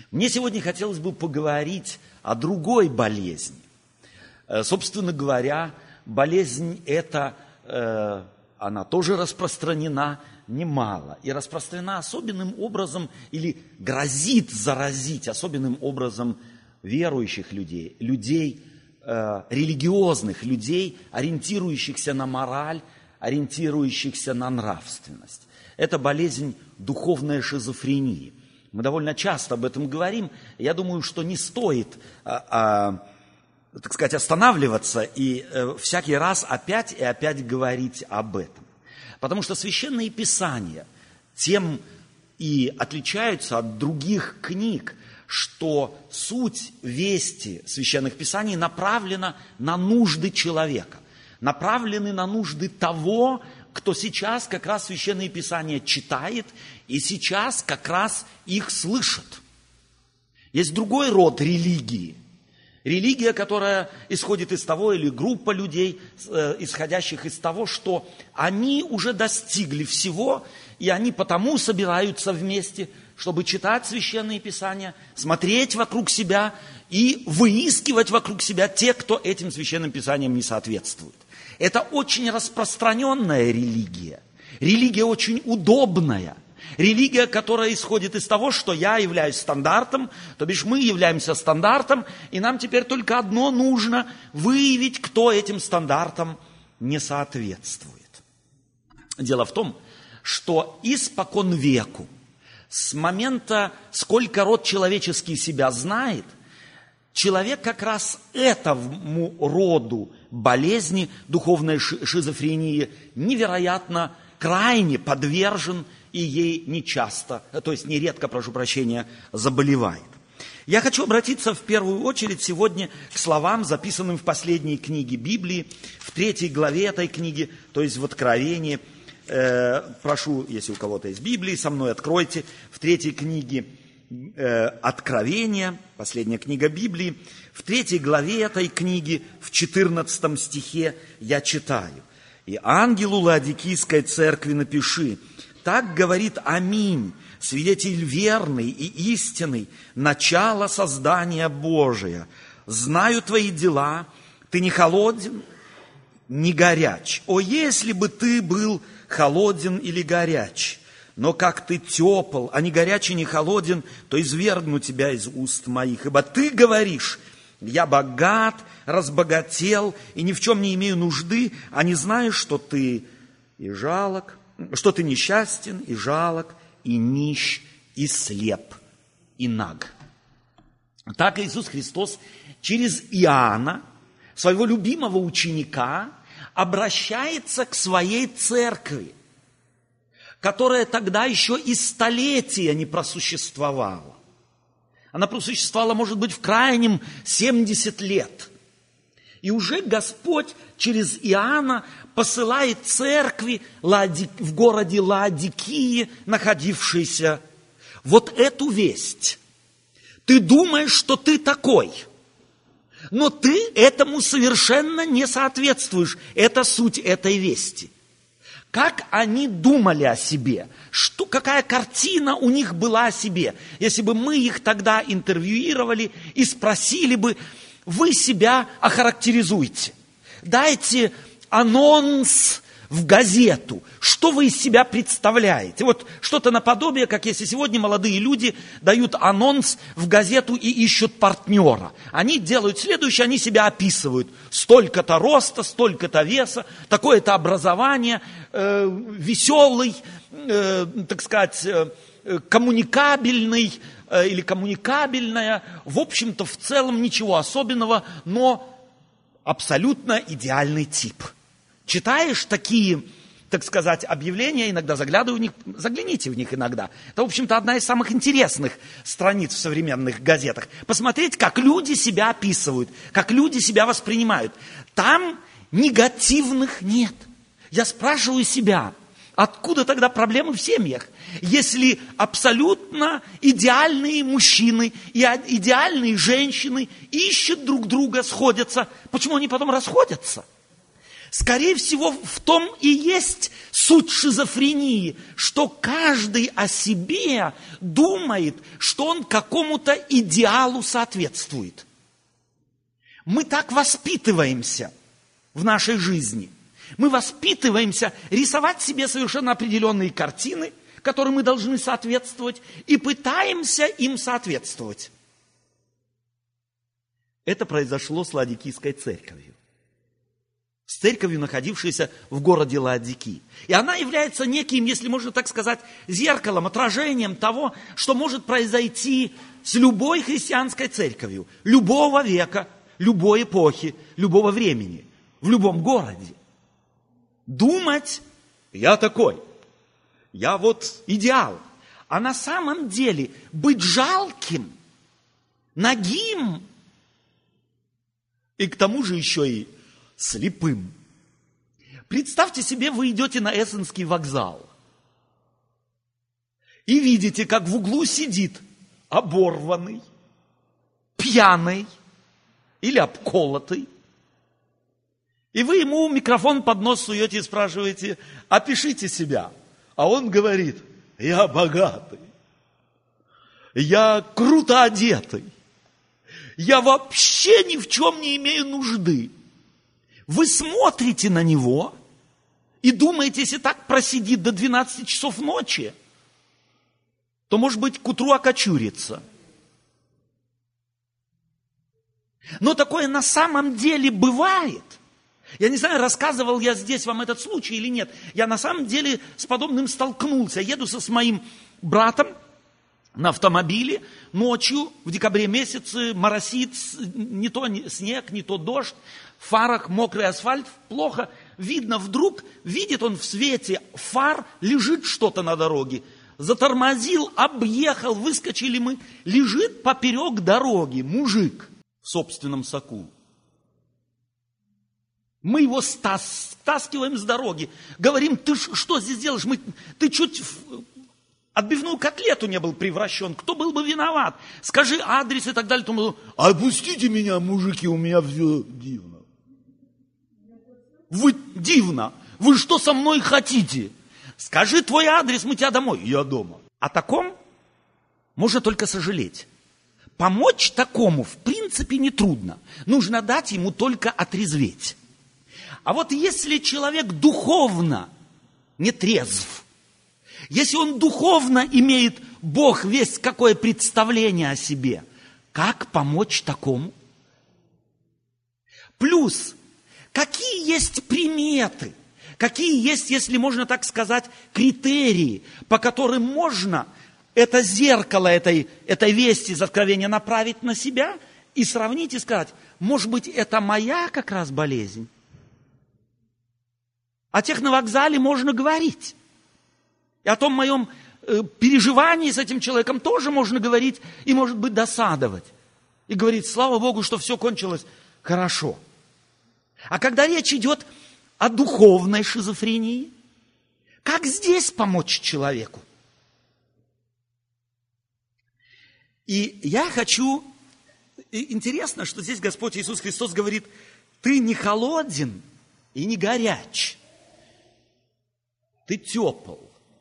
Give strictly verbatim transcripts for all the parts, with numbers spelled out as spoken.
Мне сегодня хотелось бы поговорить о другой болезни. Собственно говоря, болезнь эта, она тоже распространена немало. И распространена особенным образом, или грозит заразить особенным образом верующих людей, людей религиозных, людей, ориентирующихся на мораль, ориентирующихся на нравственность. Это болезнь духовной шизофрении. Мы довольно часто об этом говорим. Я думаю, что не стоит, а, а, так сказать, останавливаться и а, всякий раз опять и опять говорить об этом. Потому что священные писания тем и отличаются от других книг, что суть вести священных писаний направлена на нужды человека, направлены на нужды того, кто сейчас как раз священные писания читает и сейчас как раз их слышит. Есть другой род религии. Религия, которая исходит из того, или группа людей, исходящих из того, что они уже достигли всего, и они потому собираются вместе, чтобы читать священные писания, смотреть вокруг себя и выискивать вокруг себя тех, кто этим священным писаниям не соответствует. Это очень распространенная религия, религия очень удобная, религия, которая исходит из того, что я являюсь стандартом, то бишь мы являемся стандартом, и нам теперь только одно нужно – выявить, кто этим стандартам не соответствует. Дело в том, что испокон веку, с момента, сколько род человеческий себя знает, человек как раз этому роду болезни, духовной шизофрении, невероятно, крайне подвержен и ей нечасто, то есть нередко, прошу прощения, заболевает. Я хочу обратиться в первую очередь сегодня к словам, записанным в последней книге Библии, в третьей главе этой книги, то есть в Откровении. Э, прошу, если у кого-то есть Библии, со мной откройте в третьей книге э, Откровения, последняя книга Библии, в третьей главе этой книги, в четырнадцатом стихе я читаю. «И ангелу Лаодикийской церкви напиши, так говорит Аминь, свидетель верный и истинный, начало создания Божия. Знаю твои дела, ты не холоден, не горяч. О, если бы ты был холоден или горяч, но как ты тепл, а не горяч и не холоден, то извергну тебя из уст моих. Ибо ты говоришь, я богат, разбогател и ни в чем не имею нужды, а не знаешь, что ты и жалок, что ты несчастен и жалок, и нищ, и слеп, и наг». Так Иисус Христос через Иоанна, своего любимого ученика, обращается к своей церкви, которая тогда еще и столетия не просуществовала. Она просуществовала, может быть, в крайнем семьдесят лет. И уже Господь через Иоанна посылает церкви в городе Лаодикии, находившейся, вот эту весть. Ты думаешь, что ты такой, но ты этому совершенно не соответствуешь. Это суть этой вести. Как они думали о себе, что, какая картина у них была о себе. Если бы мы их тогда интервьюировали и спросили бы, вы себя охарактеризуйте, дайте анонс в газету, что вы из себя представляете. Вот что-то наподобие, как если сегодня молодые люди дают анонс в газету и ищут партнера. Они делают следующее, они себя описывают. Столько-то роста, столько-то веса, такое-то образование, э, веселый, э, так сказать, э, коммуникабельный э, или коммуникабельная. В общем-то, в целом ничего особенного, но абсолютно идеальный тип. Читаешь такие, так сказать, объявления, иногда заглядываю в них, загляните в них иногда. Это, в общем-то, одна из самых интересных страниц в современных газетах. Посмотреть, как люди себя описывают, как люди себя воспринимают. Там негативных нет. Я спрашиваю себя, откуда тогда проблемы в семьях? Если абсолютно идеальные мужчины и идеальные женщины ищут друг друга, сходятся, почему они потом расходятся? Скорее всего, в том и есть суть шизофрении, что каждый о себе думает, что он какому-то идеалу соответствует. Мы так воспитываемся в нашей жизни. Мы воспитываемся рисовать себе совершенно определенные картины, которым мы должны соответствовать, и пытаемся им соответствовать. Это произошло с Ладикийской церковью. С церковью, находившейся в городе Лаодикии. И она является неким, если можно так сказать, зеркалом, отражением того, что может произойти с любой христианской церковью, любого века, любой эпохи, любого времени, в любом городе. Думать, я такой, я вот идеал. А на самом деле быть жалким, нагим, и к тому же еще и слепым. Представьте себе, вы идете на Эссенский вокзал и видите, как в углу сидит оборванный, пьяный или обколотый. И вы ему микрофон под нос суете и спрашиваете: опишите себя. А он говорит: я богатый, я круто одетый, я вообще ни в чем не имею нужды. Вы смотрите на него и думаете, если так просидит до двенадцати часов ночи, то, может быть, к утру окочурится. Но такое на самом деле бывает. Я не знаю, рассказывал я здесь вам этот случай или нет. Я на самом деле с подобным столкнулся. Еду со с моим братом на автомобиле ночью, в декабре месяце, моросит, не то снег, не то дождь, в фарах мокрый асфальт, плохо видно. Вдруг видит он в свете фар, лежит что-то на дороге. Затормозил, объехал, выскочили мы. Лежит поперек дороги мужик в собственном соку. Мы его стас, стаскиваем с дороги. Говорим: ты что здесь делаешь? Мы, ты чуть в отбивную котлету не был превращен. Кто был бы виноват? Скажи адрес и так далее. Тому, отпустите меня, мужики, у меня все дивно. Вы дивно. Вы что со мной хотите? Скажи твой адрес, мы тебя домой. Я дома. О таком можно только сожалеть. Помочь такому в принципе нетрудно. Нужно дать ему только отрезветь. А вот если человек духовно не трезв, если он духовно имеет Бог весть какое представление о себе, как помочь такому? Плюс, какие есть приметы, какие есть, если можно так сказать, критерии, по которым можно это зеркало этой, этой вести из Откровения направить на себя и сравнить и сказать: может быть, это моя как раз болезнь? О тех на вокзале можно говорить. И о том моем э, переживании с этим человеком тоже можно говорить и, может быть, досадовать. И говорить: слава Богу, что все кончилось хорошо. А когда речь идет о духовной шизофрении, как здесь помочь человеку? И я хочу... И интересно, что здесь Господь Иисус Христос говорит: ты не холоден и не горяч. Ты тепл.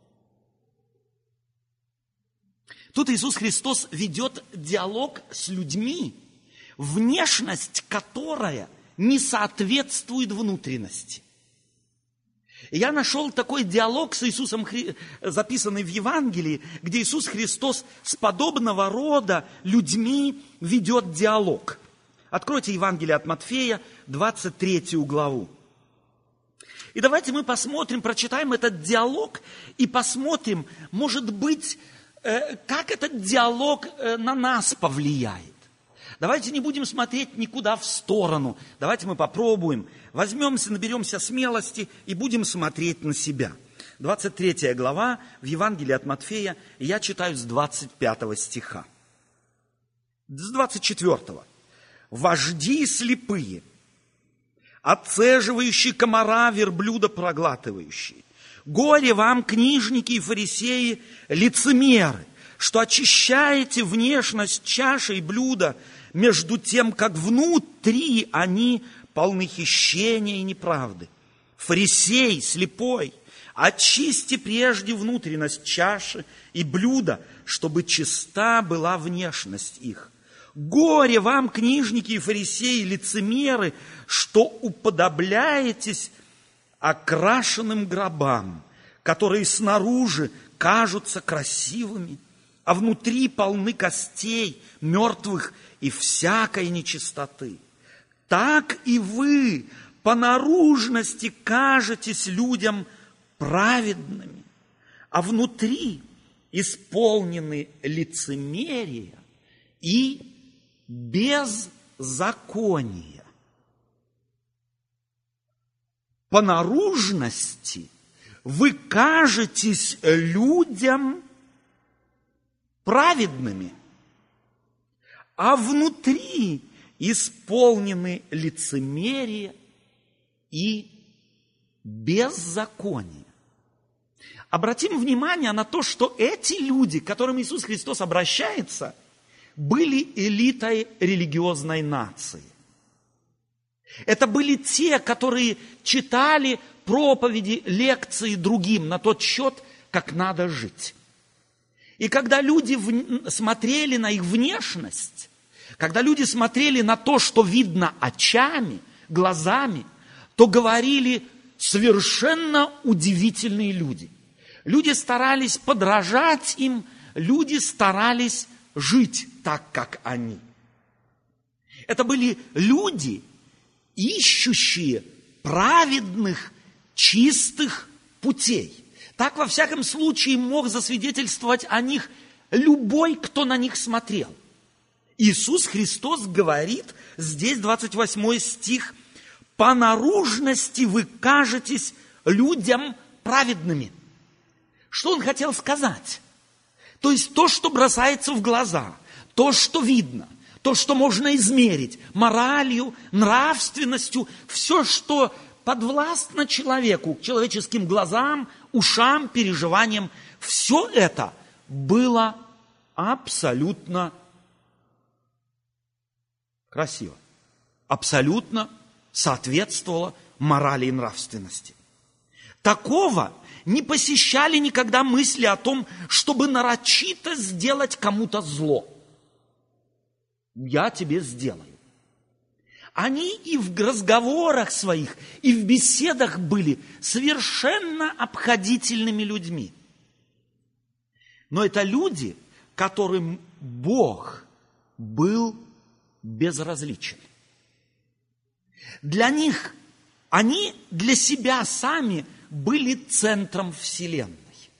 Тут Иисус Христос ведет диалог с людьми, внешность которая не соответствует внутренности. И я нашел такой диалог с Иисусом, Хри... записанный в Евангелии, где Иисус Христос с подобного рода людьми ведет диалог. Откройте Евангелие от Матфея, двадцать третью главу. И давайте мы посмотрим, прочитаем этот диалог и посмотрим, может быть, как этот диалог на нас повлияет. Давайте не будем смотреть никуда в сторону. Давайте мы попробуем, возьмемся, наберемся смелости и будем смотреть на себя. двадцать третья глава в Евангелии от Матфея, и я читаю с двадцать пятого стиха. С двадцать четвёртого. «Вожди слепые, отцеживающие комара, верблюда проглатывающие. Горе вам, книжники и фарисеи, лицемеры, что очищаете внешность чаши и блюда, между тем, как внутри они полны хищения и неправды. Фарисей слепой, очисти прежде внутренность чаши и блюда, чтобы чиста была внешность их. Горе вам, книжники и фарисеи, лицемеры, что уподобляетесь окрашенным гробам, которые снаружи кажутся красивыми, а внутри полны костей, мертвых и всякой нечистоты. Так и вы по наружности кажетесь людям праведными, а внутри исполнены лицемерия и беззакония. По наружности вы кажетесь людям праведными, а внутри исполнены лицемерие и беззаконие. Обратим внимание на то, что эти люди, к которым Иисус Христос обращается, были элитой религиозной нации. Это были те, которые читали проповеди, лекции другим на тот счет, как надо жить. И когда люди смотрели на их внешность, когда люди смотрели на то, что видно очами, глазами, то говорили совершенно удивительные люди. Люди старались подражать им, люди старались жить так, как они. Это были люди, ищущие праведных, чистых путей. Так, во всяком случае, мог засвидетельствовать о них любой, кто на них смотрел. Иисус Христос говорит, здесь двадцать восьмой стих, «По наружности вы кажетесь людям праведными». Что он хотел сказать? То есть то, что бросается в глаза, то, что видно, то, что можно измерить моралью, нравственностью, все, что подвластно человеку, человеческим глазам, ушам, переживаниям, все это было абсолютно красиво, абсолютно соответствовало морали и нравственности. Такого не посещали никогда мысли о том, чтобы нарочито сделать кому-то зло. Я тебе сделаю. Они и в разговорах своих, и в беседах были совершенно обходительными людьми. Но это люди, которым Бог был безразличен. Для них, они для себя сами были центром Вселенной.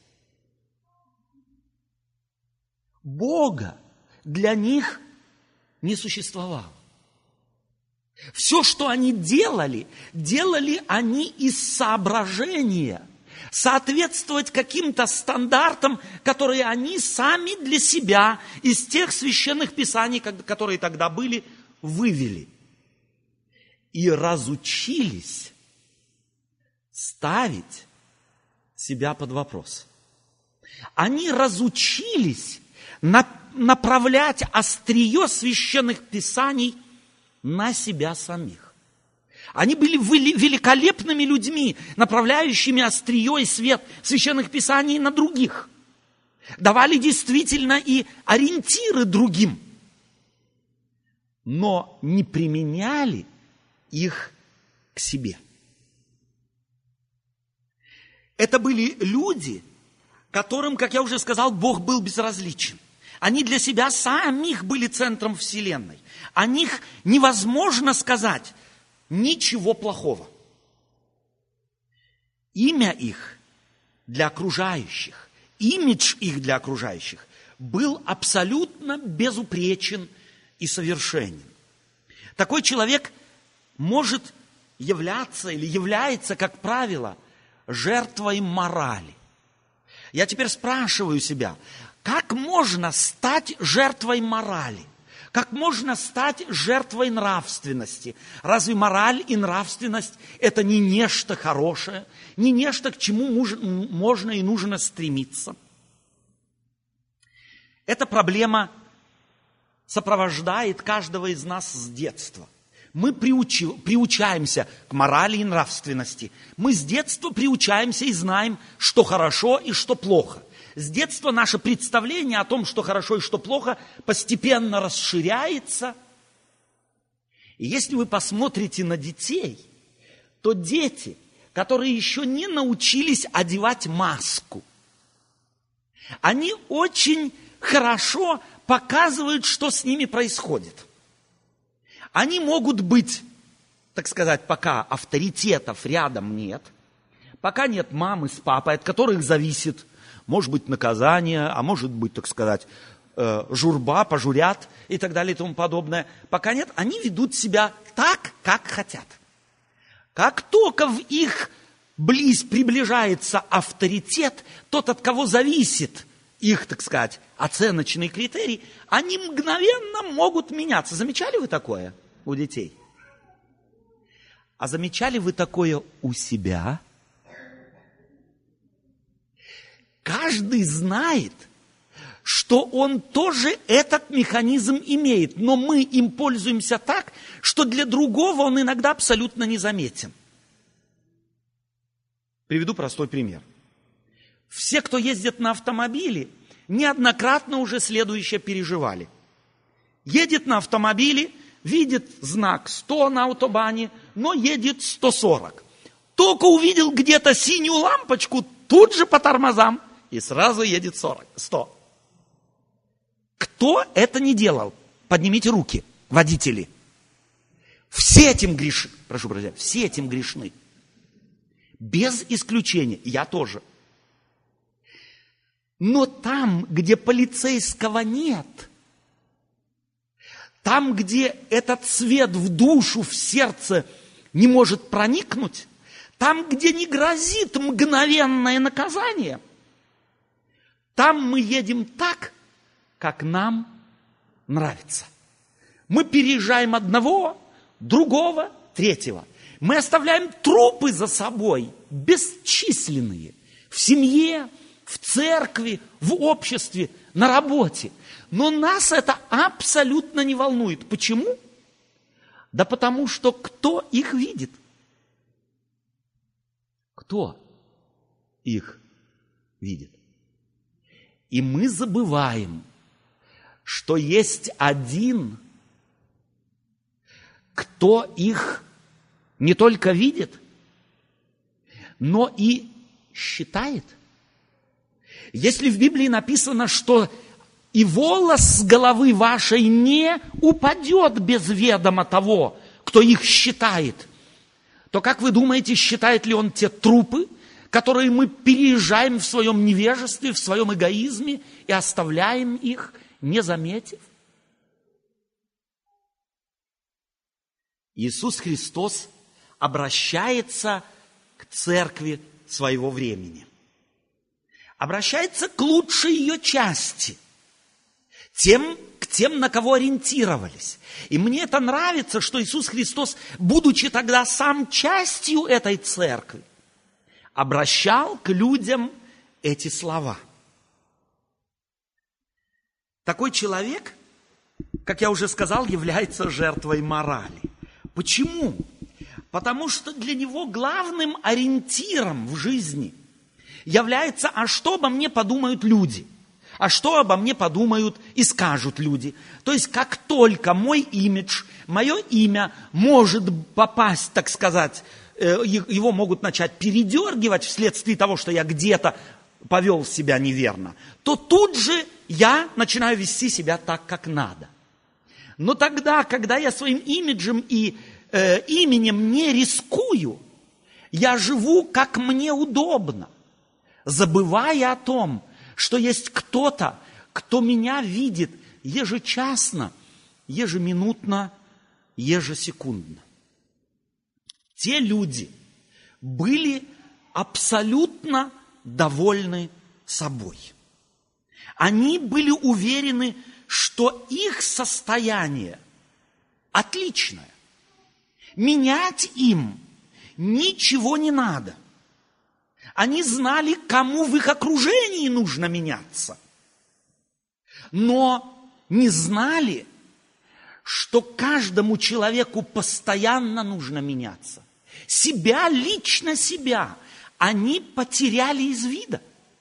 Бога для них не существовало. Все, что они делали, делали они из соображения соответствовать каким-то стандартам, которые они сами для себя из тех священных писаний, которые тогда были, вывели. И разучились ставить себя под вопрос. Они разучились направлять острие священных писаний на себя самих. Они были великолепными людьми, направляющими острие и свет священных писаний на других. Давали действительно и ориентиры другим, но не применяли их к себе. Это были люди, которым, как я уже сказал, Бог был безразличен. Они для себя самих были центром Вселенной. О них невозможно сказать ничего плохого. Имя их для окружающих, имидж их для окружающих был абсолютно безупречен и совершенен. Такой человек может являться или является, как правило, жертвой морали. Я теперь спрашиваю себя, как можно стать жертвой морали? Как можно стать жертвой нравственности? Разве мораль и нравственность – это не нечто хорошее, не нечто, к чему можно и нужно стремиться? Эта проблема сопровождает каждого из нас с детства. мы приучи, приучаемся к морали и нравственности. Мы с детства приучаемся и знаем, что хорошо и что плохо. С детства наше представление о том, что хорошо и что плохо, постепенно расширяется. И если вы посмотрите на детей, то дети, которые еще не научились одевать маску, они очень хорошо показывают, что с ними происходит. Они могут быть, так сказать, пока авторитетов рядом нет, пока нет мамы с папой, от которых зависит, может быть, наказание, а может быть, так сказать, журба, пожурят и так далее и тому подобное. Пока нет, они ведут себя так, как хотят. Как только в их близ приближается авторитет, тот, от кого зависит их, так сказать, оценочный критерий, они мгновенно могут меняться. Замечали вы такое у детей? А замечали вы такое у себя? Каждый знает, что он тоже этот механизм имеет, но мы им пользуемся так, что для другого он иногда абсолютно незаметен. Приведу простой пример. Все, кто ездит на автомобиле, неоднократно уже следующее переживали. Едет на автомобиле, видит знак сто на автобане, но едет сто сорок. Только увидел где-то синюю лампочку, тут же по тормозам, и сразу едет сорок, сто. Кто это не делал? Поднимите руки, водители. Все этим грешны. Прошу прощения, все этим грешны. Без исключения. Я тоже. Но там, где полицейского нет, там, где этот свет в душу, в сердце не может проникнуть, там, где не грозит мгновенное наказание, там мы едем так, как нам нравится. Мы переезжаем одного, другого, третьего. Мы оставляем трупы за собой, бесчисленные, в семье, в церкви, в обществе, на работе. Но нас это абсолютно не волнует. Почему? Да потому что кто их видит? Кто их видит? И мы забываем, что есть один, кто их не только видит, но и считает. Если в Библии написано, что и волос с головы вашей не упадет без ведома того, кто их считает, то как вы думаете, считает ли он те трупы, которые мы переезжаем в своем невежестве, в своем эгоизме и оставляем их, не заметив? Иисус Христос обращается к церкви своего времени. Обращается к лучшей ее части, тем, к тем, на кого ориентировались. И мне это нравится, что Иисус Христос, будучи тогда сам частью этой церкви, обращал к людям эти слова. Такой человек, как я уже сказал, является жертвой морали. Почему? Потому что для него главным ориентиром в жизни является, а что обо мне подумают люди, а что обо мне подумают и скажут люди. То есть, как только мой имидж, мое имя может попасть, так сказать, его могут начать передергивать вследствие того, что я где-то повел себя неверно, то тут же я начинаю вести себя так, как надо. Но тогда, когда я своим имиджем и э, именем не рискую, я живу, как мне удобно, забывая о том, что есть кто-то, кто меня видит ежечасно, ежеминутно, ежесекундно. Те люди были абсолютно довольны собой. Они были уверены, что их состояние отличное. Менять им ничего не надо. Они знали, кому в их окружении нужно меняться. Но не знали, что каждому человеку постоянно нужно меняться. Себя, лично себя, они потеряли из вида.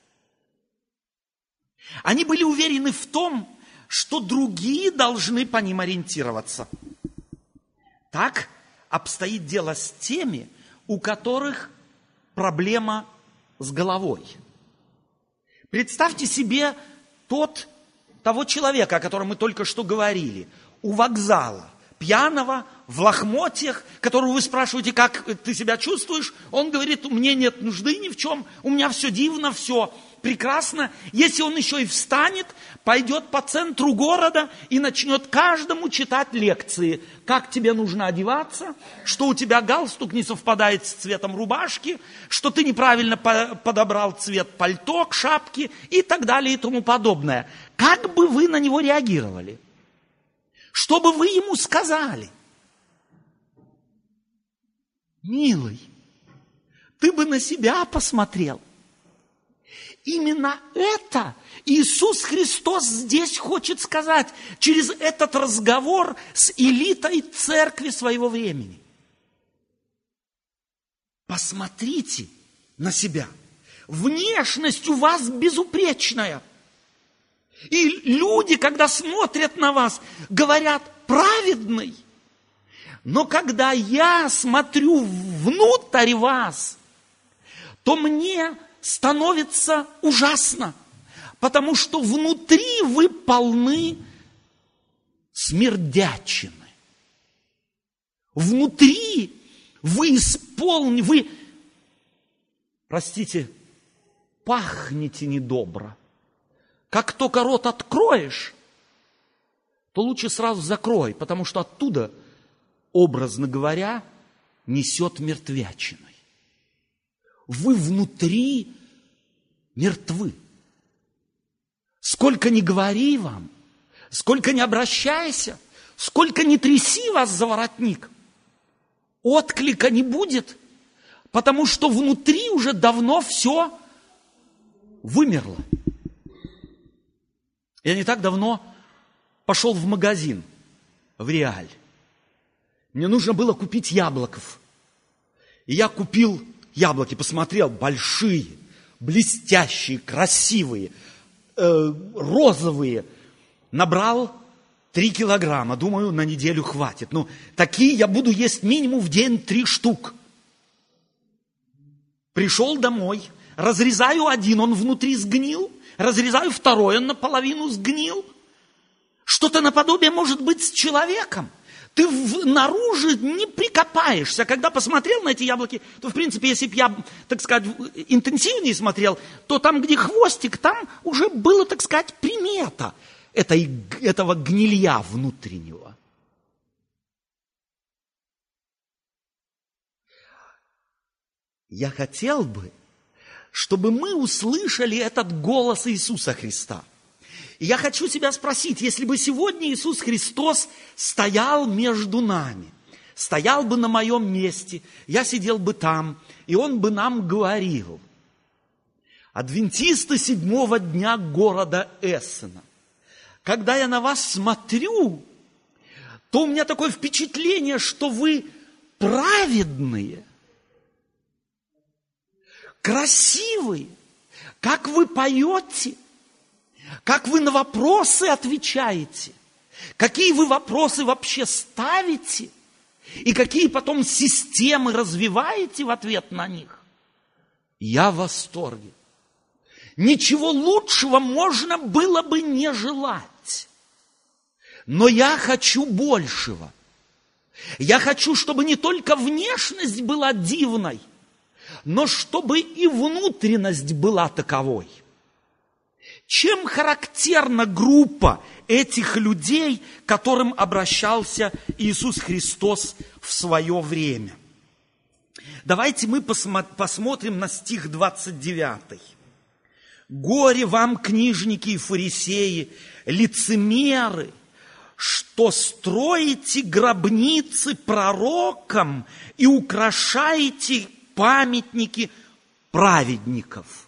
Они были уверены в том, что другие должны по ним ориентироваться. Так обстоит дело с теми, у которых проблема с головой. Представьте себе тот, того человека, о котором мы только что говорили, у вокзала, пьяного, в лохмотьях, которого вы спрашиваете, как ты себя чувствуешь, он говорит, мне нет нужды ни в чем, у меня все дивно, все прекрасно. Если он еще и встанет, пойдет по центру города и начнет каждому читать лекции, как тебе нужно одеваться, что у тебя галстук не совпадает с цветом рубашки, что ты неправильно подобрал цвет пальто, шапки и так далее и тому подобное. Как бы вы на него реагировали? Что бы вы ему сказали? Милый, ты бы на себя посмотрел. Именно это Иисус Христос здесь хочет сказать через этот разговор с элитой церкви своего времени. Посмотрите на себя. Внешность у вас безупречная. И люди, когда смотрят на вас, говорят праведный. Но когда я смотрю внутрь вас, то мне становится ужасно, потому что внутри вы полны смердячины. Внутри вы исполнены, вы, простите, пахнете недобро. Как только рот откроешь, то лучше сразу закрой, потому что оттуда, образно говоря, несет мертвячиной. Вы внутри мертвы. Сколько ни говори вам, сколько ни обращайся, сколько ни тряси вас за воротник, отклика не будет, потому что внутри уже давно все вымерло. Я не так давно пошел в магазин, в Реаль. Мне нужно было купить яблоков. И я купил яблоки, посмотрел, большие, блестящие, красивые, э, розовые. Набрал три килограмма. Думаю, на неделю хватит. Ну, такие я буду есть минимум в день три штук. Пришел домой, разрезаю один, он внутри сгнил. Разрезаю второй, он наполовину сгнил. Что-то наподобие может быть с человеком. Ты в, наружу не прикопаешься. Когда посмотрел на эти яблоки, то, в принципе, если бы я, так сказать, интенсивнее смотрел, то там, где хвостик, там уже было, так сказать, примета этой, этого гнилья внутреннего. Я хотел бы, чтобы мы услышали этот голос Иисуса Христа. И я хочу себя спросить, если бы сегодня Иисус Христос стоял между нами, стоял бы на моем месте, я сидел бы там, и Он бы нам говорил: адвентисты седьмого дня города Эссена, когда я на вас смотрю, то у меня такое впечатление, что вы праведные, красивые, как вы поете, как вы на вопросы отвечаете, какие вы вопросы вообще ставите и какие потом системы развиваете в ответ на них. Я в восторге. Ничего лучшего можно было бы не желать. Но я хочу большего. Я хочу, чтобы не только внешность была дивной, но чтобы и внутренность была таковой. Чем характерна группа этих людей, к которым обращался Иисус Христос в свое время? Давайте мы посмотрим на стих двадцать девятый. «Горе вам, книжники и фарисеи, лицемеры, что строите гробницы пророкам и украшаете памятники праведников.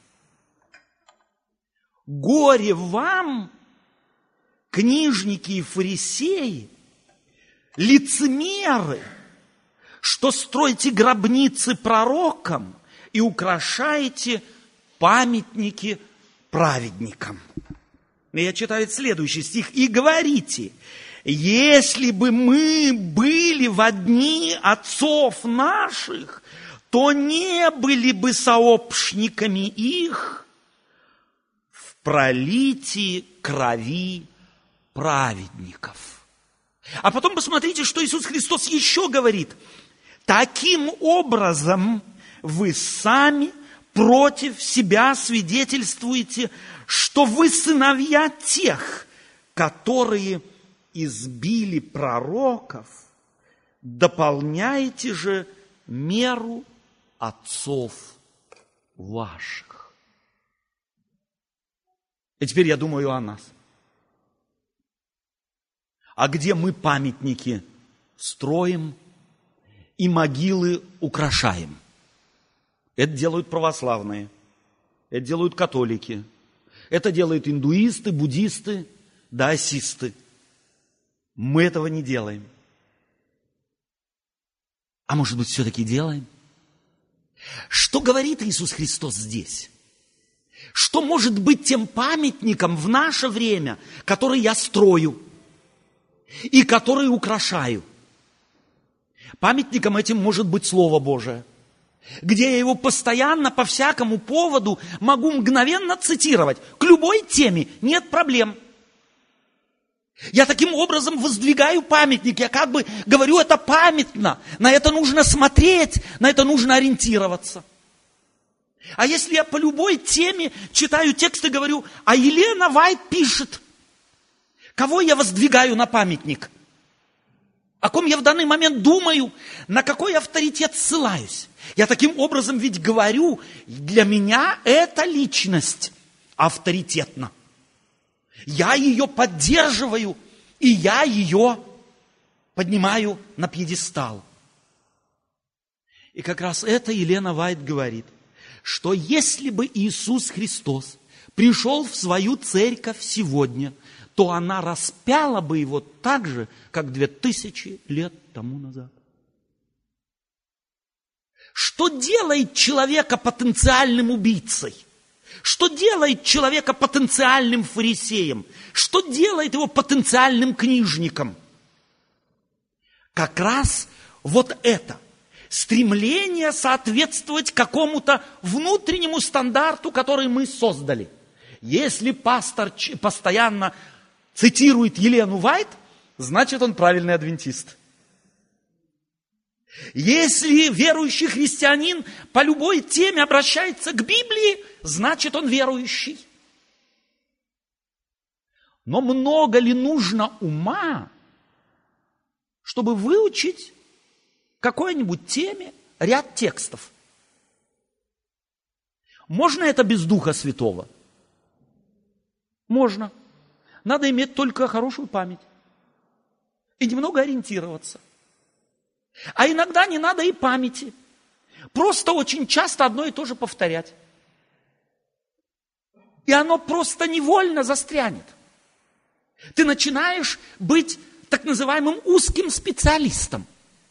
Горе вам, книжники и фарисеи, лицемеры, что строите гробницы пророкам и украшаете памятники праведникам. Я читаю следующий стих. И говорите: если бы мы были во дни отцов наших, то не были бы сообщниками их в пролитии крови праведников. А потом посмотрите, что Иисус Христос еще говорит. Таким образом вы сами против себя свидетельствуете, что вы сыновья тех, которые избили пророков, дополняете же меру отцов ваших. И теперь я думаю о нас. А где мы памятники строим и могилы украшаем? Это делают православные, это делают католики, это делают индуисты, буддисты, даосисты. Мы этого не делаем. А может быть, все-таки делаем? Что говорит Иисус Христос здесь? Что может быть тем памятником в наше время, который я строю и который украшаю? Памятником этим может быть Слово Божие, где я его постоянно по всякому поводу могу мгновенно цитировать. К любой теме нет проблем. Я таким образом воздвигаю памятник. Я как бы говорю, это памятно. На это нужно смотреть, на это нужно ориентироваться. А если я по любой теме читаю текст и говорю, а Елена Вайт пишет, кого я воздвигаю на памятник? О ком я в данный момент думаю, на какой авторитет ссылаюсь? Я таким образом ведь говорю, для меня эта личность авторитетна. Я ее поддерживаю, и я ее поднимаю на пьедестал. И как раз это Елена Вайт говорит, что если бы Иисус Христос пришел в свою церковь сегодня, то она распяла бы его так же, как две тысячи лет тому назад. Что делает человека потенциальным убийцей? Что делает человека потенциальным фарисеем? Что делает его потенциальным книжником? Как раз вот это. Стремление соответствовать какому-то внутреннему стандарту, который мы создали. Если пастор постоянно цитирует Елену Вайт, значит он правильный адвентист. Если верующий христианин по любой теме обращается к Библии, значит он верующий. Но много ли нужно ума, чтобы выучить какой-нибудь теме ряд текстов? Можно это без Духа Святого? Можно. Надо иметь только хорошую память и немного ориентироваться. А иногда не надо и памяти. Просто очень часто одно и то же повторять. И оно просто невольно застрянет. Ты начинаешь быть так называемым узким специалистом.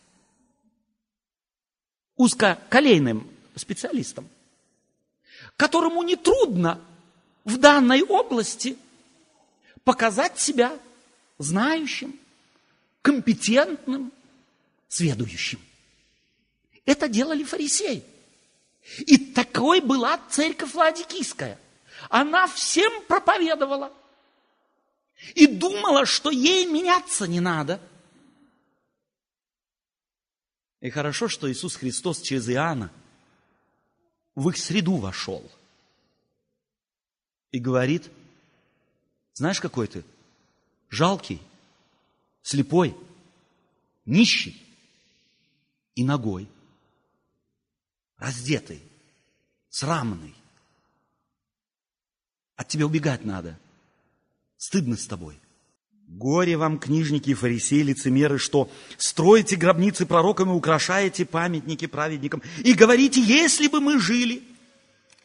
Узкоколейным специалистом, которому нетрудно в данной области показать себя знающим, компетентным, сведущим. Это делали фарисеи. И такой была церковь Ладикийская. Она всем проповедовала. И думала, что ей меняться не надо. И хорошо, что Иисус Христос через Иоанна в их среду вошел. И говорит, знаешь, какой ты? Жалкий, слепой, нищий и нагой, раздетый, срамный. От тебя убегать надо. Стыдно с тобой. Горе вам, книжники и фарисеи, лицемеры, что строите гробницы пророкам и украшаете памятники праведникам. И говорите, если бы мы жили.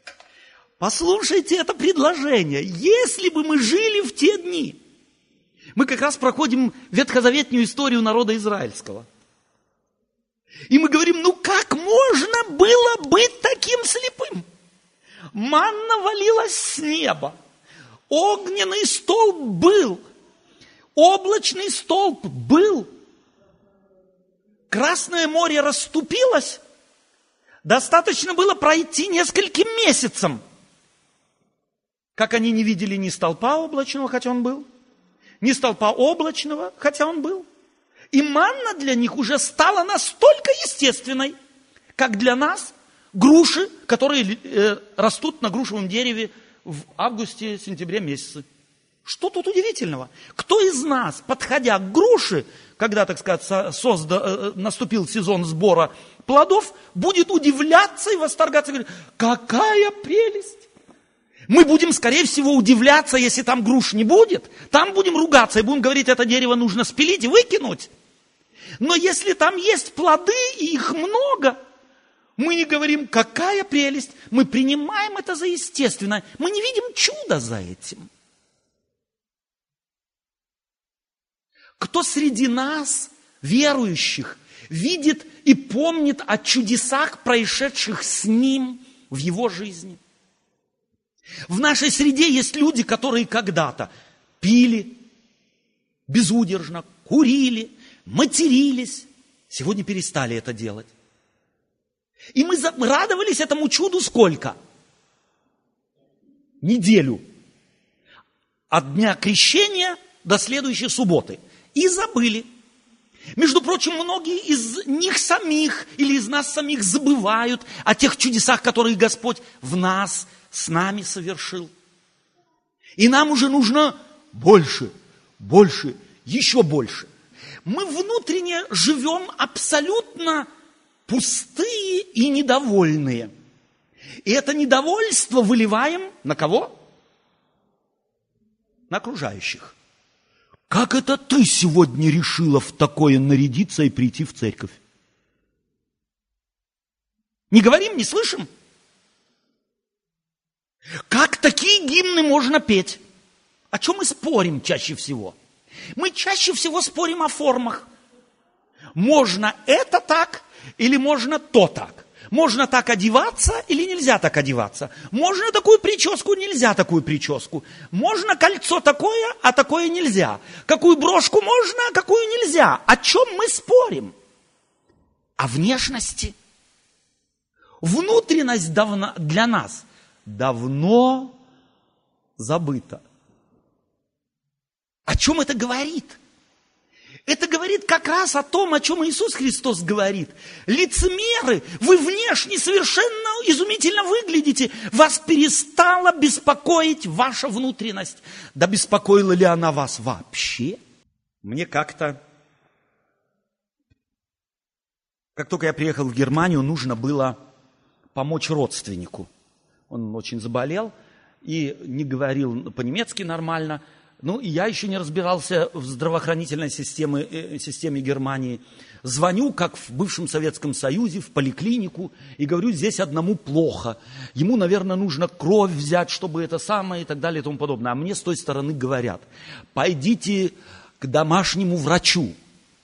Послушайте это предложение. Если бы мы жили в те дни. Мы как раз проходим ветхозаветную историю народа израильского. И мы говорим, ну как можно было быть таким слепым? Манна валилась с неба. Огненный столб был. Облачный столб был. Красное море расступилось. Достаточно было пройти нескольким месяцам. Как они не видели ни столпа облачного, хотя он был, ни столпа облачного, хотя он был. И манна для них уже стала настолько естественной, как для нас груши, которые э, растут на грушевом дереве в августе-сентябре месяце. Что тут удивительного? Кто из нас, подходя к груше, когда, так сказать, созда, э, наступил сезон сбора плодов, будет удивляться и восторгаться, и говорить, какая прелесть! Мы будем, скорее всего, удивляться, если там груш не будет. Там будем ругаться и будем говорить, это дерево нужно спилить и выкинуть. Но если там есть плоды, и их много, мы не говорим, какая прелесть. Мы принимаем это за естественное. Мы не видим чуда за этим. Кто среди нас, верующих, видит и помнит о чудесах, происшедших с ним в его жизни? В нашей среде есть люди, которые когда-то пили безудержно, курили, матерились. Сегодня перестали это делать. И мы радовались этому чуду сколько? Неделю. От дня крещения до следующей субботы. И забыли. Между прочим, многие из них самих или из нас самих забывают о тех чудесах, которые Господь в нас с нами совершил. И нам уже нужно больше, больше, еще больше. Мы внутренне живем абсолютно пустые и недовольные. И это недовольство выливаем на кого? На окружающих. Как это ты сегодня решила в такое нарядиться и прийти в церковь? Не говорим, не слышим? Как такие гимны можно петь? О чем мы спорим чаще всего? Мы чаще всего спорим о формах. Можно это так или можно то так? Можно так одеваться или нельзя так одеваться? Можно такую прическу, нельзя такую прическу? Можно кольцо такое, а такое нельзя? Какую брошку можно, а какую нельзя? О чем мы спорим? О внешности. Внутренность давно, для нас давно забыта. О чем это говорит? Это говорит как раз о том, о чем Иисус Христос говорит. Лицемеры, вы внешне совершенно изумительно выглядите. Вас перестала беспокоить ваша внутренность. Да беспокоила ли она вас вообще? Мне как-то, как только я приехал в Германию, нужно было помочь родственнику. Он очень заболел и не говорил по-немецки нормально. Ну, и я еще не разбирался в здравоохранительной системе, э, системе Германии. Звоню, как в бывшем Советском Союзе, в поликлинику, и говорю, здесь одному плохо. Ему, наверное, нужно кровь взять, чтобы это самое, и так далее, и тому подобное. А мне с той стороны говорят, пойдите к домашнему врачу.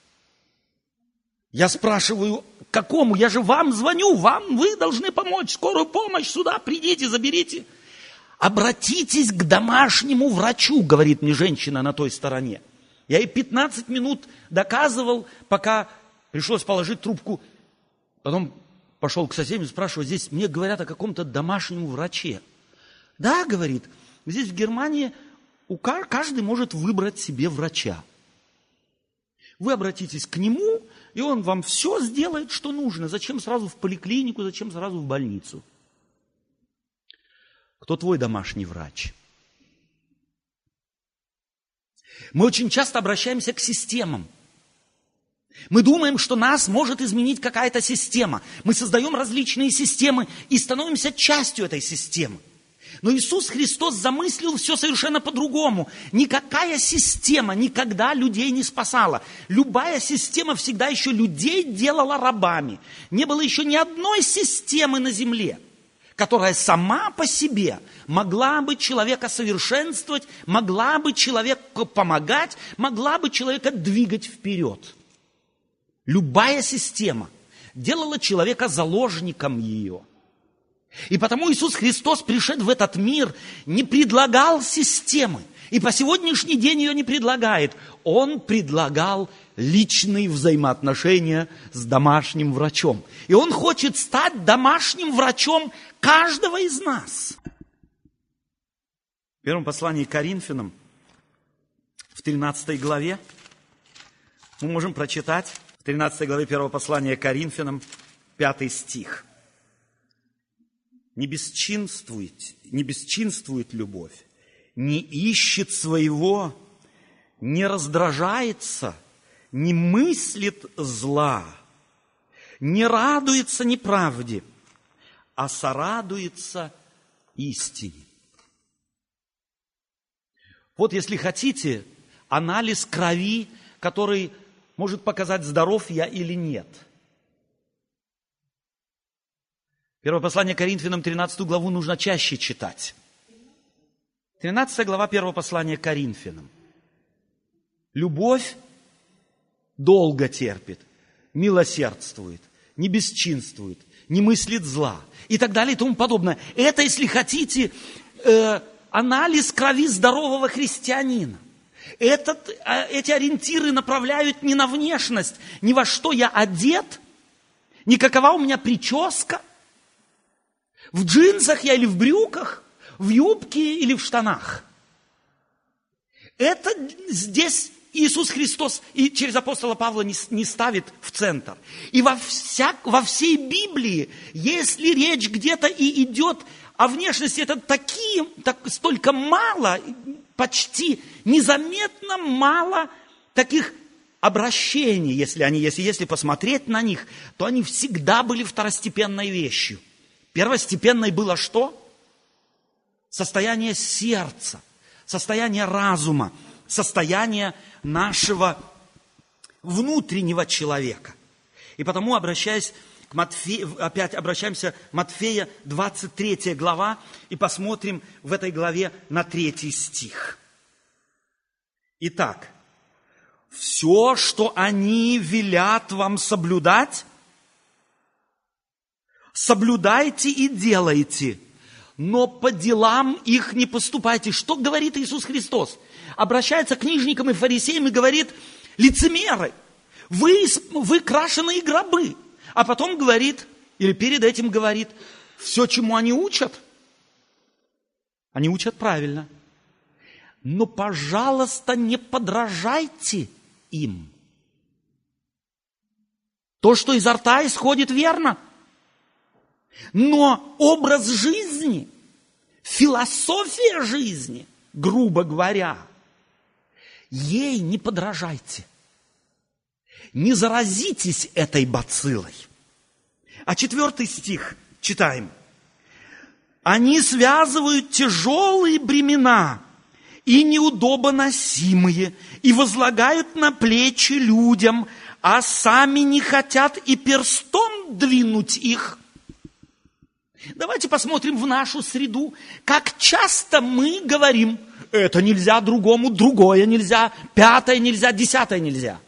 Я спрашиваю, какому? Я же вам звоню, вам, вы должны помочь, скорую помощь, сюда придите, заберите. Обратитесь к домашнему врачу, говорит мне женщина на той стороне. Я ей пятнадцать минут доказывал, пока пришлось положить трубку. Потом пошел к соседям и спрашиваю, здесь мне говорят о каком-то домашнем враче. Да, говорит, здесь в Германии у каждый может выбрать себе врача. Вы обратитесь к нему, и он вам все сделает, что нужно. Зачем сразу в поликлинику, зачем сразу в больницу? Кто твой домашний врач? Мы очень часто обращаемся к системам. Мы думаем, что нас может изменить какая-то система. Мы создаем различные системы и становимся частью этой системы. Но Иисус Христос замыслил все совершенно по-другому. Никакая система никогда людей не спасала. Любая система всегда еще людей делала рабами. Не было еще ни одной системы на земле, которая сама по себе могла бы человека совершенствовать, могла бы человеку помогать, могла бы человека двигать вперед. Любая система делала человека заложником ее. И потому Иисус Христос, пришед в этот мир, не предлагал системы. И по сегодняшний день ее не предлагает. Он предлагал личные взаимоотношения с домашним врачом. И Он хочет стать домашним врачом каждого из нас. В первом послании к Коринфянам, в тринадцатой главе, мы можем прочитать, в тринадцатой главе первого послания к Коринфянам, пятый стих. Не бесчинствует, не бесчинствует любовь, не ищет своего, не раздражается, не мыслит зла, не радуется неправде, а сорадуется истине. Вот, если хотите, анализ крови, который может показать, здоров я или нет. Первое послание к Коринфянам, тринадцатую главу, нужно чаще читать. тринадцатая глава первого послания к Коринфянам. Любовь долго терпит, милосердствует, не бесчинствует, не мыслит зла и так далее и тому подобное. Это, если хотите, э, анализ крови здорового христианина. Этот, э, эти ориентиры направляют не на внешность, ни во что я одет, ни какова у меня прическа, в джинсах я или в брюках, в юбке или в штанах. Это здесь Иисус Христос и через апостола Павла не, не ставит в центр. И во, вся, во всей Библии, если речь где-то и идет о внешности, это такие, так, столько мало, почти незаметно мало таких обращений, если они есть. И если посмотреть на них, то они всегда были второстепенной вещью. Первостепенной было что? Состояние сердца, состояние разума, состояние нашего внутреннего человека. И потому, обращаясь к Матфею, опять обращаемся к Матфея, двадцать третья глава, и посмотрим в этой главе на третий стих. Итак, все, что они велят вам соблюдать, соблюдайте и делайте, но по делам их не поступайте. Что говорит Иисус Христос? Обращается к книжникам и фарисеям и говорит: лицемеры, вы, вы крашеные гробы. А потом говорит, или перед этим говорит, все, чему они учат, они учат правильно. Но, пожалуйста, не подражайте им. То, что изо рта исходит, верно. Но образ жизни, философия жизни, грубо говоря, ей не подражайте. Не заразитесь этой бациллой. А четвертый стих читаем. Они связывают тяжелые бремена и неудобоносимые, и возлагают на плечи людям, а сами не хотят и перстом двинуть их. Давайте посмотрим в нашу среду, как часто мы говорим: это нельзя другому, другое нельзя, пятое нельзя, десятое нельзя.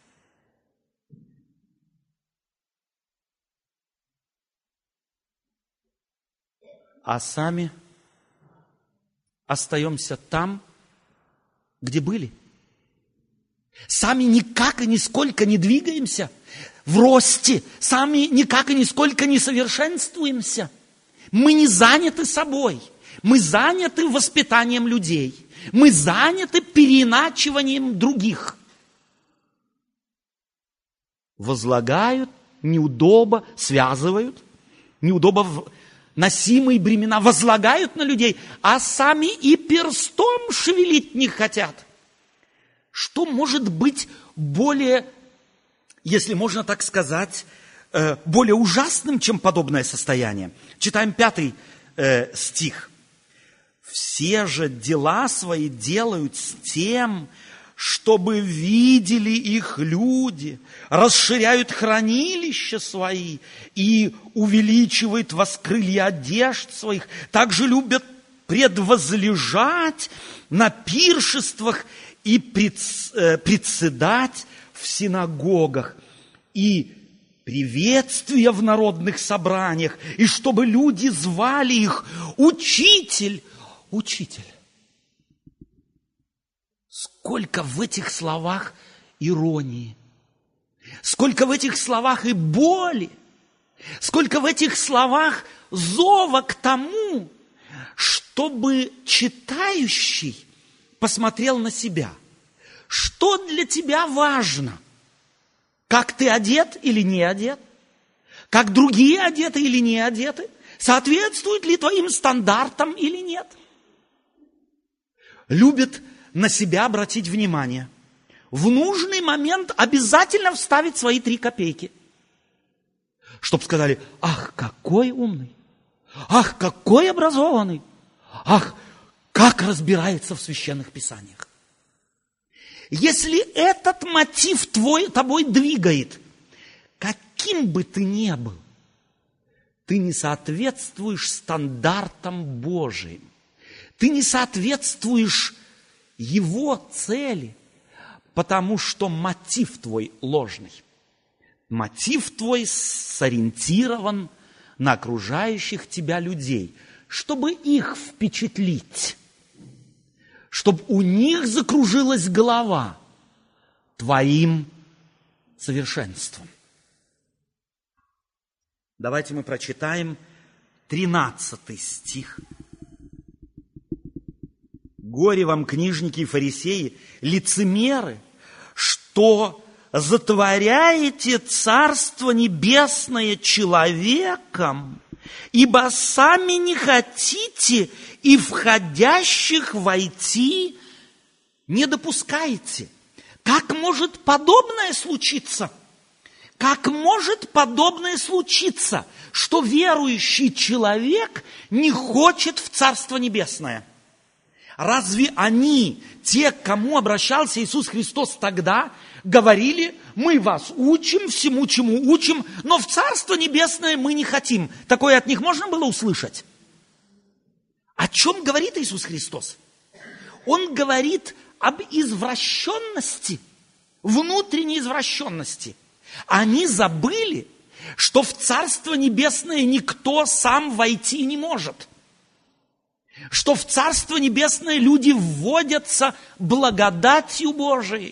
А сами остаемся там, где были. Сами никак и нисколько не двигаемся в росте, сами никак и нисколько не совершенствуемся. Мы не заняты собой, мы заняты воспитанием людей, мы заняты переиначиванием других. Возлагают, неудобо, связывают, неудобо носимые бремена, возлагают на людей, а сами и перстом шевелить не хотят. Что может быть более, если можно так сказать, более ужасным, чем подобное состояние? Читаем пятый э, стих. «Все же дела свои делают с тем, чтобы видели их люди, расширяют хранилища свои и увеличивают воскрылья одежд своих, также любят предвозлежать на пиршествах и председать в синагогах, и приветствия в народных собраниях, и чтобы люди звали их «Учитель, Учитель». Сколько в этих словах иронии, сколько в этих словах и боли, сколько в этих словах зова к тому, чтобы читающий посмотрел на себя. Что для тебя важно? Как ты одет или не одет? Как другие одеты или не одеты? Соответствует ли твоим стандартам или нет? Любит на себя обратить внимание. В нужный момент обязательно вставить свои три копейки. Чтоб сказали: ах, какой умный! Ах, какой образованный! Ах, как разбирается в священных писаниях! Если этот мотив твой, тобой двигает, каким бы ты ни был, ты не соответствуешь стандартам Божиим. Ты не соответствуешь Его цели, потому что мотив твой ложный. Мотив твой сориентирован на окружающих тебя людей, чтобы их впечатлить, чтобы у них закружилась голова твоим совершенством. Давайте мы прочитаем тринадцатый стих. «Горе вам, книжники и фарисеи, лицемеры, что затворяете Царство Небесное человеком, ибо сами не хотите и входящих войти не допускаете». Как может подобное случиться? Как может подобное случиться, что верующий человек не хочет в Царство Небесное? Разве они, те, к кому обращался Иисус Христос тогда, говорили: мы вас учим, всему, чему учим, но в Царство Небесное мы не хотим? Такое от них можно было услышать? О чем говорит Иисус Христос? Он говорит об извращенности, внутренней извращенности. Они забыли, что в Царство Небесное никто сам войти не может. Что в Царство Небесное люди вводятся благодатью Божией.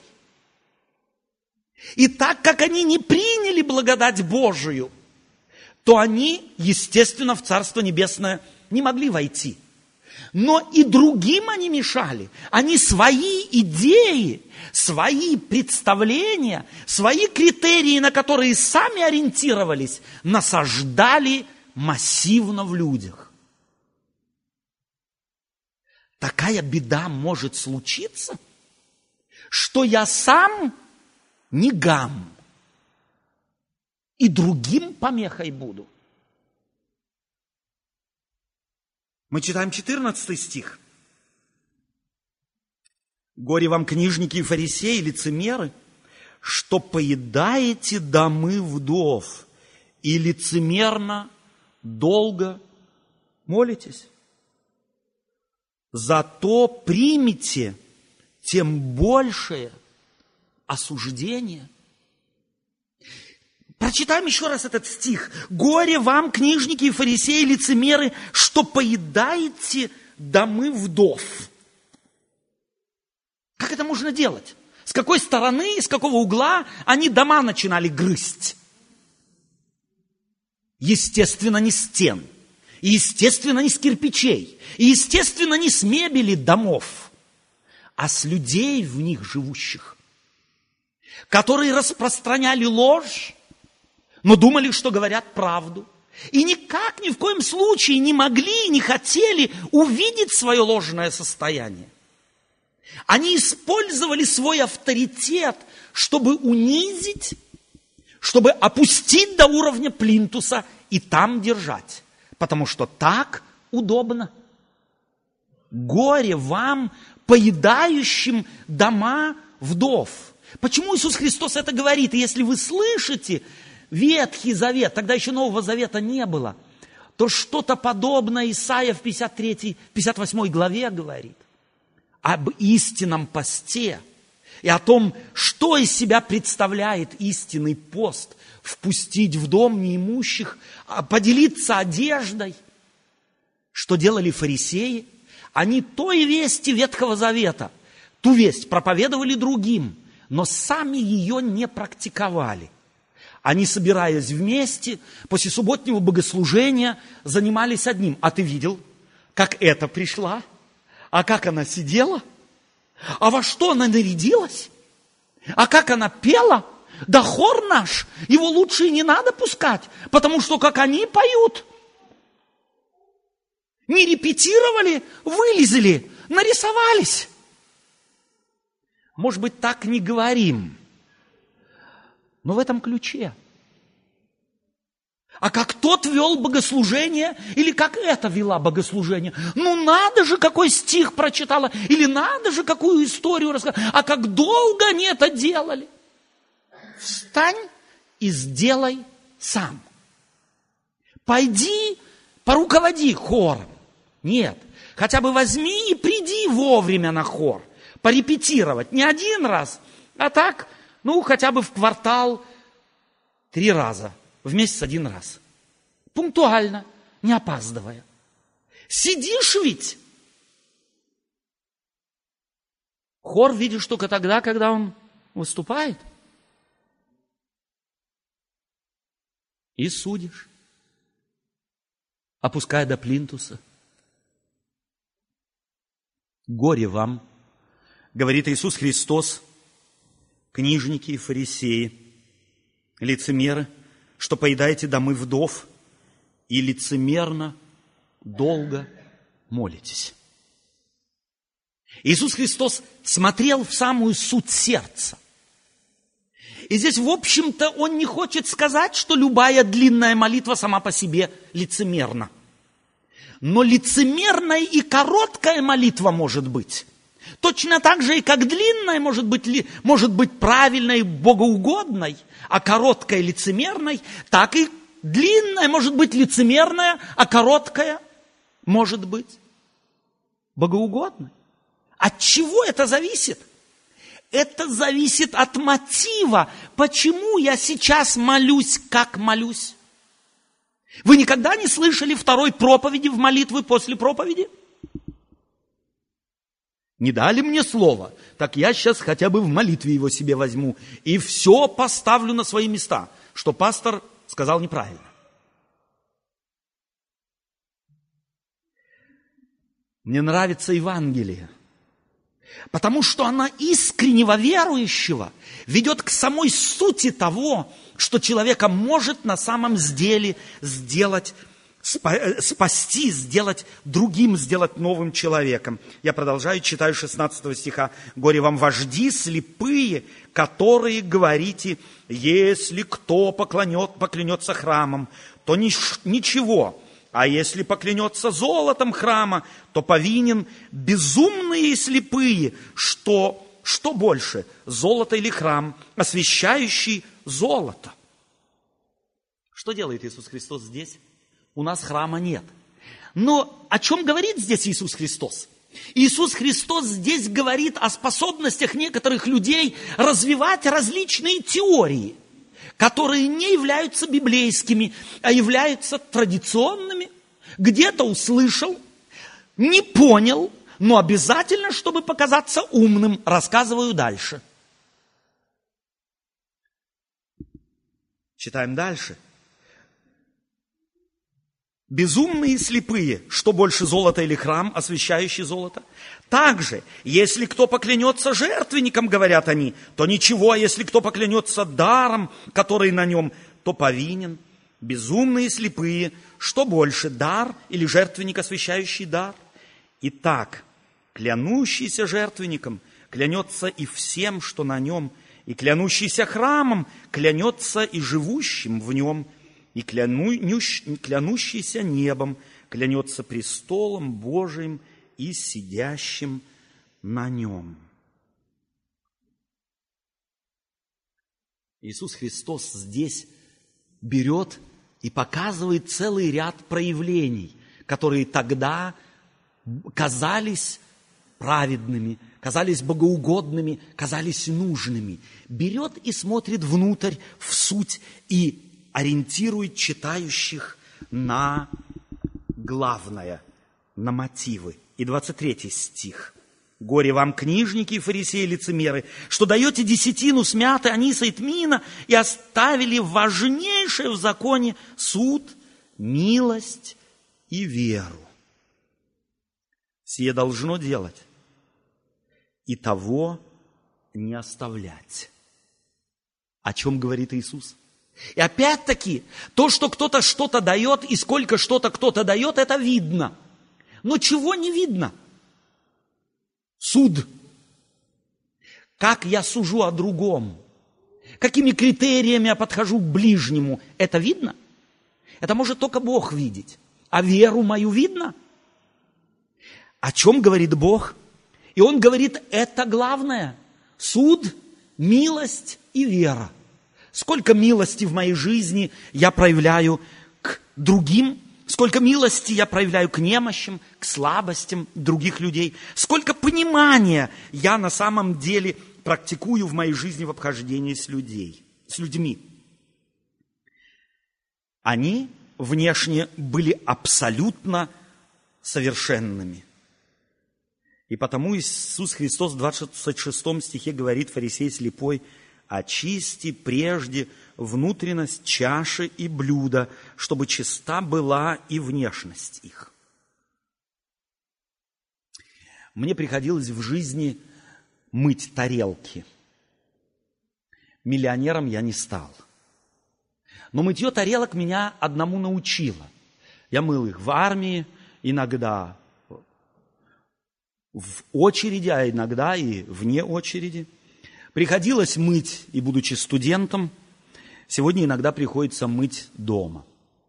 И так как они не приняли благодать Божию, то они, естественно, в Царство Небесное не могли войти. Но и другим они мешали. Они свои идеи, свои представления, свои критерии, на которые сами ориентировались, насаждали массивно в людях. Такая беда может случиться, что я сам не гам, и другим помехой буду. Мы читаем четырнадцатый стих. «Горе вам, книжники и фарисеи, лицемеры, что поедаете домы вдов и лицемерно долго молитесь. Зато примите тем большее осуждение». Прочитаем еще раз этот стих. «Горе вам, книжники и фарисеи, лицемеры, что поедаете домы вдов». Как это можно делать? С какой стороны, с какого угла они дома начинали грызть? Естественно, не с стен. И, естественно, не с кирпичей. И, естественно, не с мебели домов, а с людей в них живущих, которые распространяли ложь, но думали, что говорят правду. И никак, ни в коем случае не могли, не хотели увидеть свое ложное состояние. Они использовали свой авторитет, чтобы унизить, чтобы опустить до уровня плинтуса и там держать. Потому что так удобно. Горе вам, поедающим дома вдов. Почему Иисус Христос это говорит? И если вы слышите Ветхий Завет, тогда еще Нового Завета не было, то что-то подобное Исайя в пятьдесят третьей, пятьдесят восьмой главе говорит об истинном посте и о том, что из себя представляет истинный пост. Впустить в дом неимущих, поделиться одеждой. Что делали фарисеи? Они той вести Ветхого Завета, ту весть проповедовали другим, но сами ее не практиковали. Они, собираясь вместе, после субботнего богослужения, занимались одним. А ты видел, как эта пришла? А как она сидела? А во что она нарядилась? А как она пела? Да хор наш, его лучше и не надо пускать, потому что как они поют. Не репетировали, вылезли, нарисовались. Может быть, так не говорим, но в этом ключе. А как тот вел богослужение, или как эта вела богослужение? Ну надо же, какой стих прочитала, или надо же, какую историю рассказала. А как долго они это делали? Встань и сделай сам. Пойди, поруководи хором. Нет, хотя бы возьми и приди вовремя на хор. Порепетировать не один раз, а так, ну, хотя бы в квартал три раза. В месяц один раз. Пунктуально, не опаздывая. Сидишь ведь. Хор видишь только тогда, когда он выступает. И судишь, опуская до плинтуса. Горе вам, говорит Иисус Христос, книжники и фарисеи, лицемеры, что поедаете домы вдов и лицемерно долго молитесь. Иисус Христос смотрел в самую суть сердца. И здесь, в общем-то, Он не хочет сказать, что любая длинная молитва сама по себе лицемерна. Но лицемерная и короткая молитва может быть. Точно так же, и как длинная может быть, может быть правильной, богоугодной, а короткая лицемерной, так и длинная может быть лицемерная, а короткая может быть богоугодной. От чего это зависит? Это зависит от мотива. Почему я сейчас молюсь, как молюсь? Вы никогда не слышали второй проповеди в молитвы после проповеди? Не дали мне слово, так я сейчас хотя бы в молитве его себе возьму и все поставлю на свои места, что пастор сказал неправильно. Мне нравится Евангелие, потому что она искреннего верующего ведет к самой сути того, что человека может на самом деле сделать, спасти, сделать другим, сделать новым человеком. Я продолжаю, читаю шестнадцатого стиха. «Горе вам, вожди слепые, которые говорите, если кто поклонет, поклянется храмом, то нич- ничего, а если поклянется золотом храма, то повинен. Безумные и слепые, что, что больше, золото или храм, освящающий золото». Что делает Иисус Христос здесь? У нас храма нет. Но о чем говорит здесь Иисус Христос? Иисус Христос здесь говорит о способностях некоторых людей развивать различные теории, которые не являются библейскими, а являются традиционными. Где-то услышал, не понял, но обязательно, чтобы показаться умным, рассказываю дальше. Читаем дальше. Безумные и слепые, что больше, золото или храм, освящающий золото? Также, если кто поклянется жертвенником, говорят они, то ничего, а если кто поклянется даром, который на нем, то повинен. Безумные и слепые, что больше, дар или жертвенник, освящающий дар? Итак, клянущийся жертвенником клянется и всем, что на нем, и клянущийся храмом клянется и живущим в нем, и клянущийся небом клянется престолом Божиим и сидящим на нем. Иисус Христос здесь берет и показывает целый ряд проявлений, которые тогда казались праведными, казались богоугодными, казались нужными. Берет и смотрит внутрь, в суть, и ориентирует читающих на главное, на мотивы. И двадцать третий стих. «Горе вам, книжники и фарисеи лицемеры, что даете десятину с мяты, аниса и тмина, и оставили важнейшее в законе суд, милость и веру. Сие должно делать, и того не оставлять». О чем говорит Иисус? И опять-таки, то, что кто-то что-то дает, и сколько что-то кто-то дает, это видно. Но чего не видно? Суд. Как я сужу о другом? Какими критериями я подхожу к ближнему? Это видно? Это может только Бог видеть. А веру мою видно? О чем говорит Бог? И Он говорит, это главное. Суд, милость и вера. Сколько милости в моей жизни я проявляю к другим, сколько милости я проявляю к немощам, к слабостям других людей, сколько понимания я на самом деле практикую в моей жизни в обхождении с, людей, с людьми. Они внешне были абсолютно совершенными. И потому Иисус Христос в двадцать шестом стихе говорит: фарисей слепой, очисти прежде внутренность чаши и блюда, чтобы чиста была и внешность их. Мне приходилось в жизни мыть тарелки. Миллионером я не стал. Но мытье тарелок меня одному научило. Я мыл их в армии, иногда в очереди, а иногда и вне очереди. Приходилось мыть, и будучи студентом, сегодня иногда приходится мыть дома.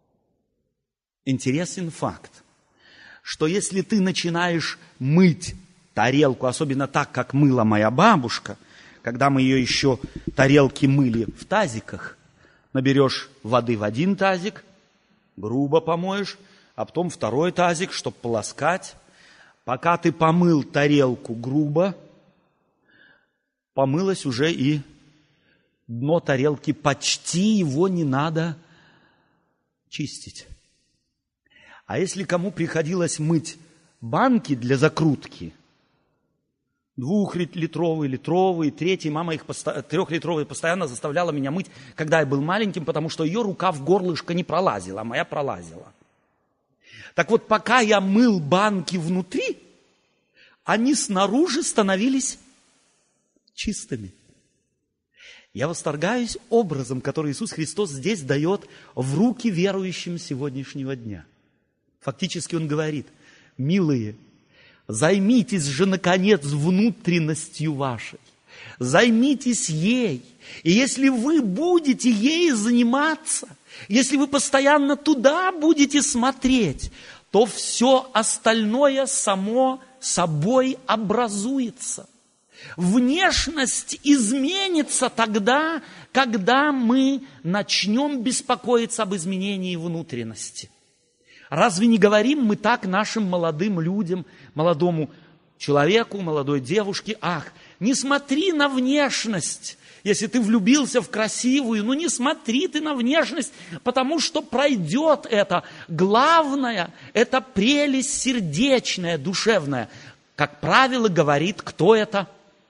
Интересен факт, что если ты начинаешь мыть тарелку, особенно так, как мыла моя бабушка, когда мы ее еще тарелки мыли в тазиках, наберешь воды в один тазик, грубо помоешь, а потом второй тазик, чтобы полоскать. Пока ты помыл тарелку грубо, помылось уже и дно тарелки, почти его не надо чистить. А если кому приходилось мыть банки для закрутки, двухлитровые, литровые, третьи, мама их посто... трехлитровые постоянно заставляла меня мыть, когда я был маленьким, потому что ее рука в горлышко не пролазила, а моя пролазила. Так вот, пока я мыл банки внутри, они снаружи становились чистыми. Я восторгаюсь образом, который Иисус Христос здесь дает в руки верующим сегодняшнего дня. Фактически Он говорит: милые, займитесь же, наконец, внутренностью вашей. Займитесь ей. И если вы будете ей заниматься, если вы постоянно туда будете смотреть, то все остальное само собой образуется. Внешность изменится тогда, когда мы начнем беспокоиться об изменении внутренности. Разве не говорим мы так нашим молодым людям, молодому человеку, молодой девушке: ах, не смотри на внешность, если ты влюбился в красивую, ну не смотри ты на внешность, потому что пройдет это. Главное – это прелесть сердечная, душевная. Как правило, говорит, кто это?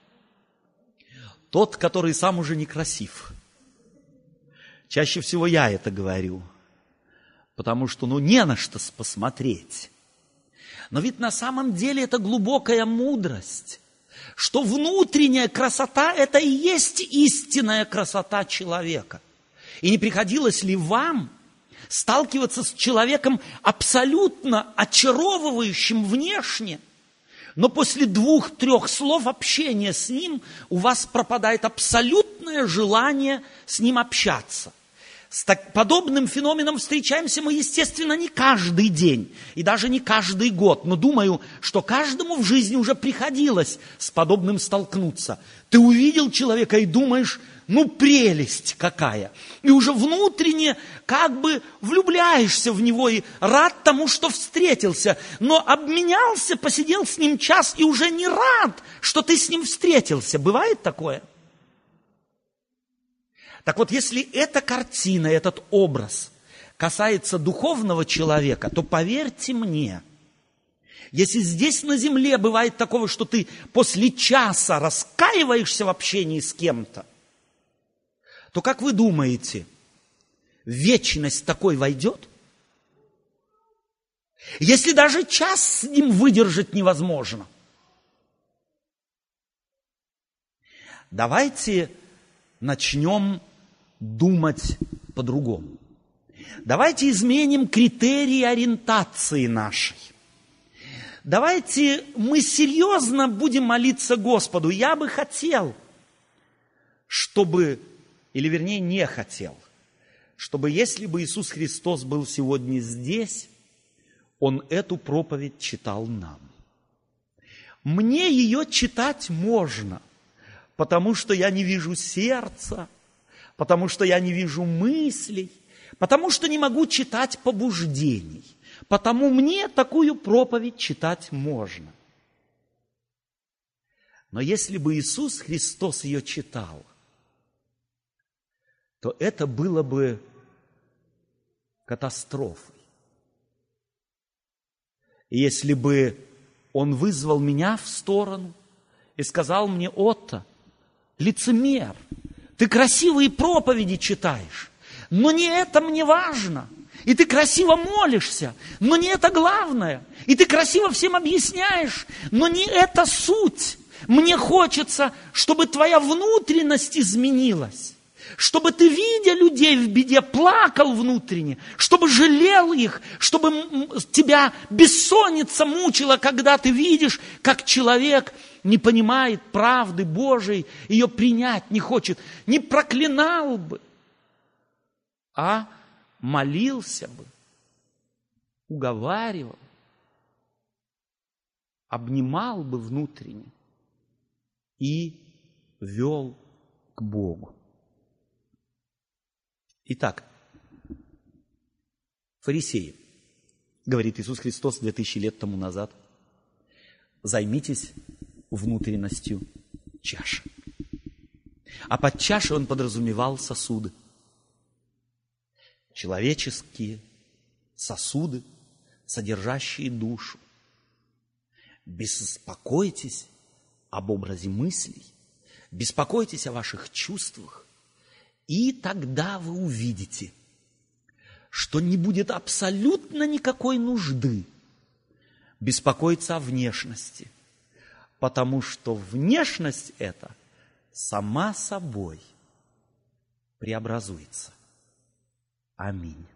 Тот, который сам уже некрасив. Чаще всего я это говорю, потому что ну не на что посмотреть. Но ведь на самом деле это глубокая мудрость, что внутренняя красота – это и есть истинная красота человека. И не приходилось ли вам сталкиваться с человеком абсолютно очаровывающим внешне, но после двух-трех слов общения с ним у вас пропадает абсолютное желание с ним общаться? С так, подобным феноменом встречаемся мы, естественно, не каждый день и даже не каждый год. Но думаю, что каждому в жизни уже приходилось с подобным столкнуться. Ты увидел человека и думаешь, ну прелесть какая. И уже внутренне как бы влюбляешься в него и рад тому, что встретился. Но обменялся, посидел с ним час и уже не рад, что ты с ним встретился. Бывает такое? Так вот, если эта картина, этот образ касается духовного человека, то поверьте мне, если здесь на земле бывает такого, что ты после часа раскаиваешься в общении с кем-то, то как вы думаете, в вечность такой войдет? Если даже час с ним выдержать невозможно. Давайте начнем думать по-другому. Давайте изменим критерии ориентации нашей. Давайте мы серьезно будем молиться Господу. Я бы хотел, чтобы, или вернее не хотел, чтобы если бы Иисус Христос был сегодня здесь, Он эту проповедь читал нам. Мне ее читать можно, потому что я не вижу сердца, потому что я не вижу мыслей, потому что не могу читать побуждений. Потому мне такую проповедь читать можно. Но если бы Иисус Христос ее читал, то это было бы катастрофой. И если бы Он вызвал меня в сторону и сказал мне: Отто, лицемер, ты красивые проповеди читаешь, но не это мне важно. И ты красиво молишься, но не это главное. И ты красиво всем объясняешь, но не это суть. Мне хочется, чтобы твоя внутренность изменилась. Чтобы ты, видя людей в беде, плакал внутренне. Чтобы жалел их. Чтобы тебя бессонница мучила, когда ты видишь, как человек не понимает правды Божией, ее принять не хочет. Не проклинал бы, а молился бы, уговаривал, обнимал бы внутренне и вел к Богу. Итак, фарисеи, говорит Иисус Христос две тысячи лет тому назад, займитесь внутренностью чаши. А под чашей Он подразумевал сосуды. Человеческие сосуды, содержащие душу. Беспокойтесь об образе мыслей, беспокойтесь о ваших чувствах, и тогда вы увидите, что не будет абсолютно никакой нужды беспокоиться о внешности, потому что внешность эта сама собой преобразуется. Аминь.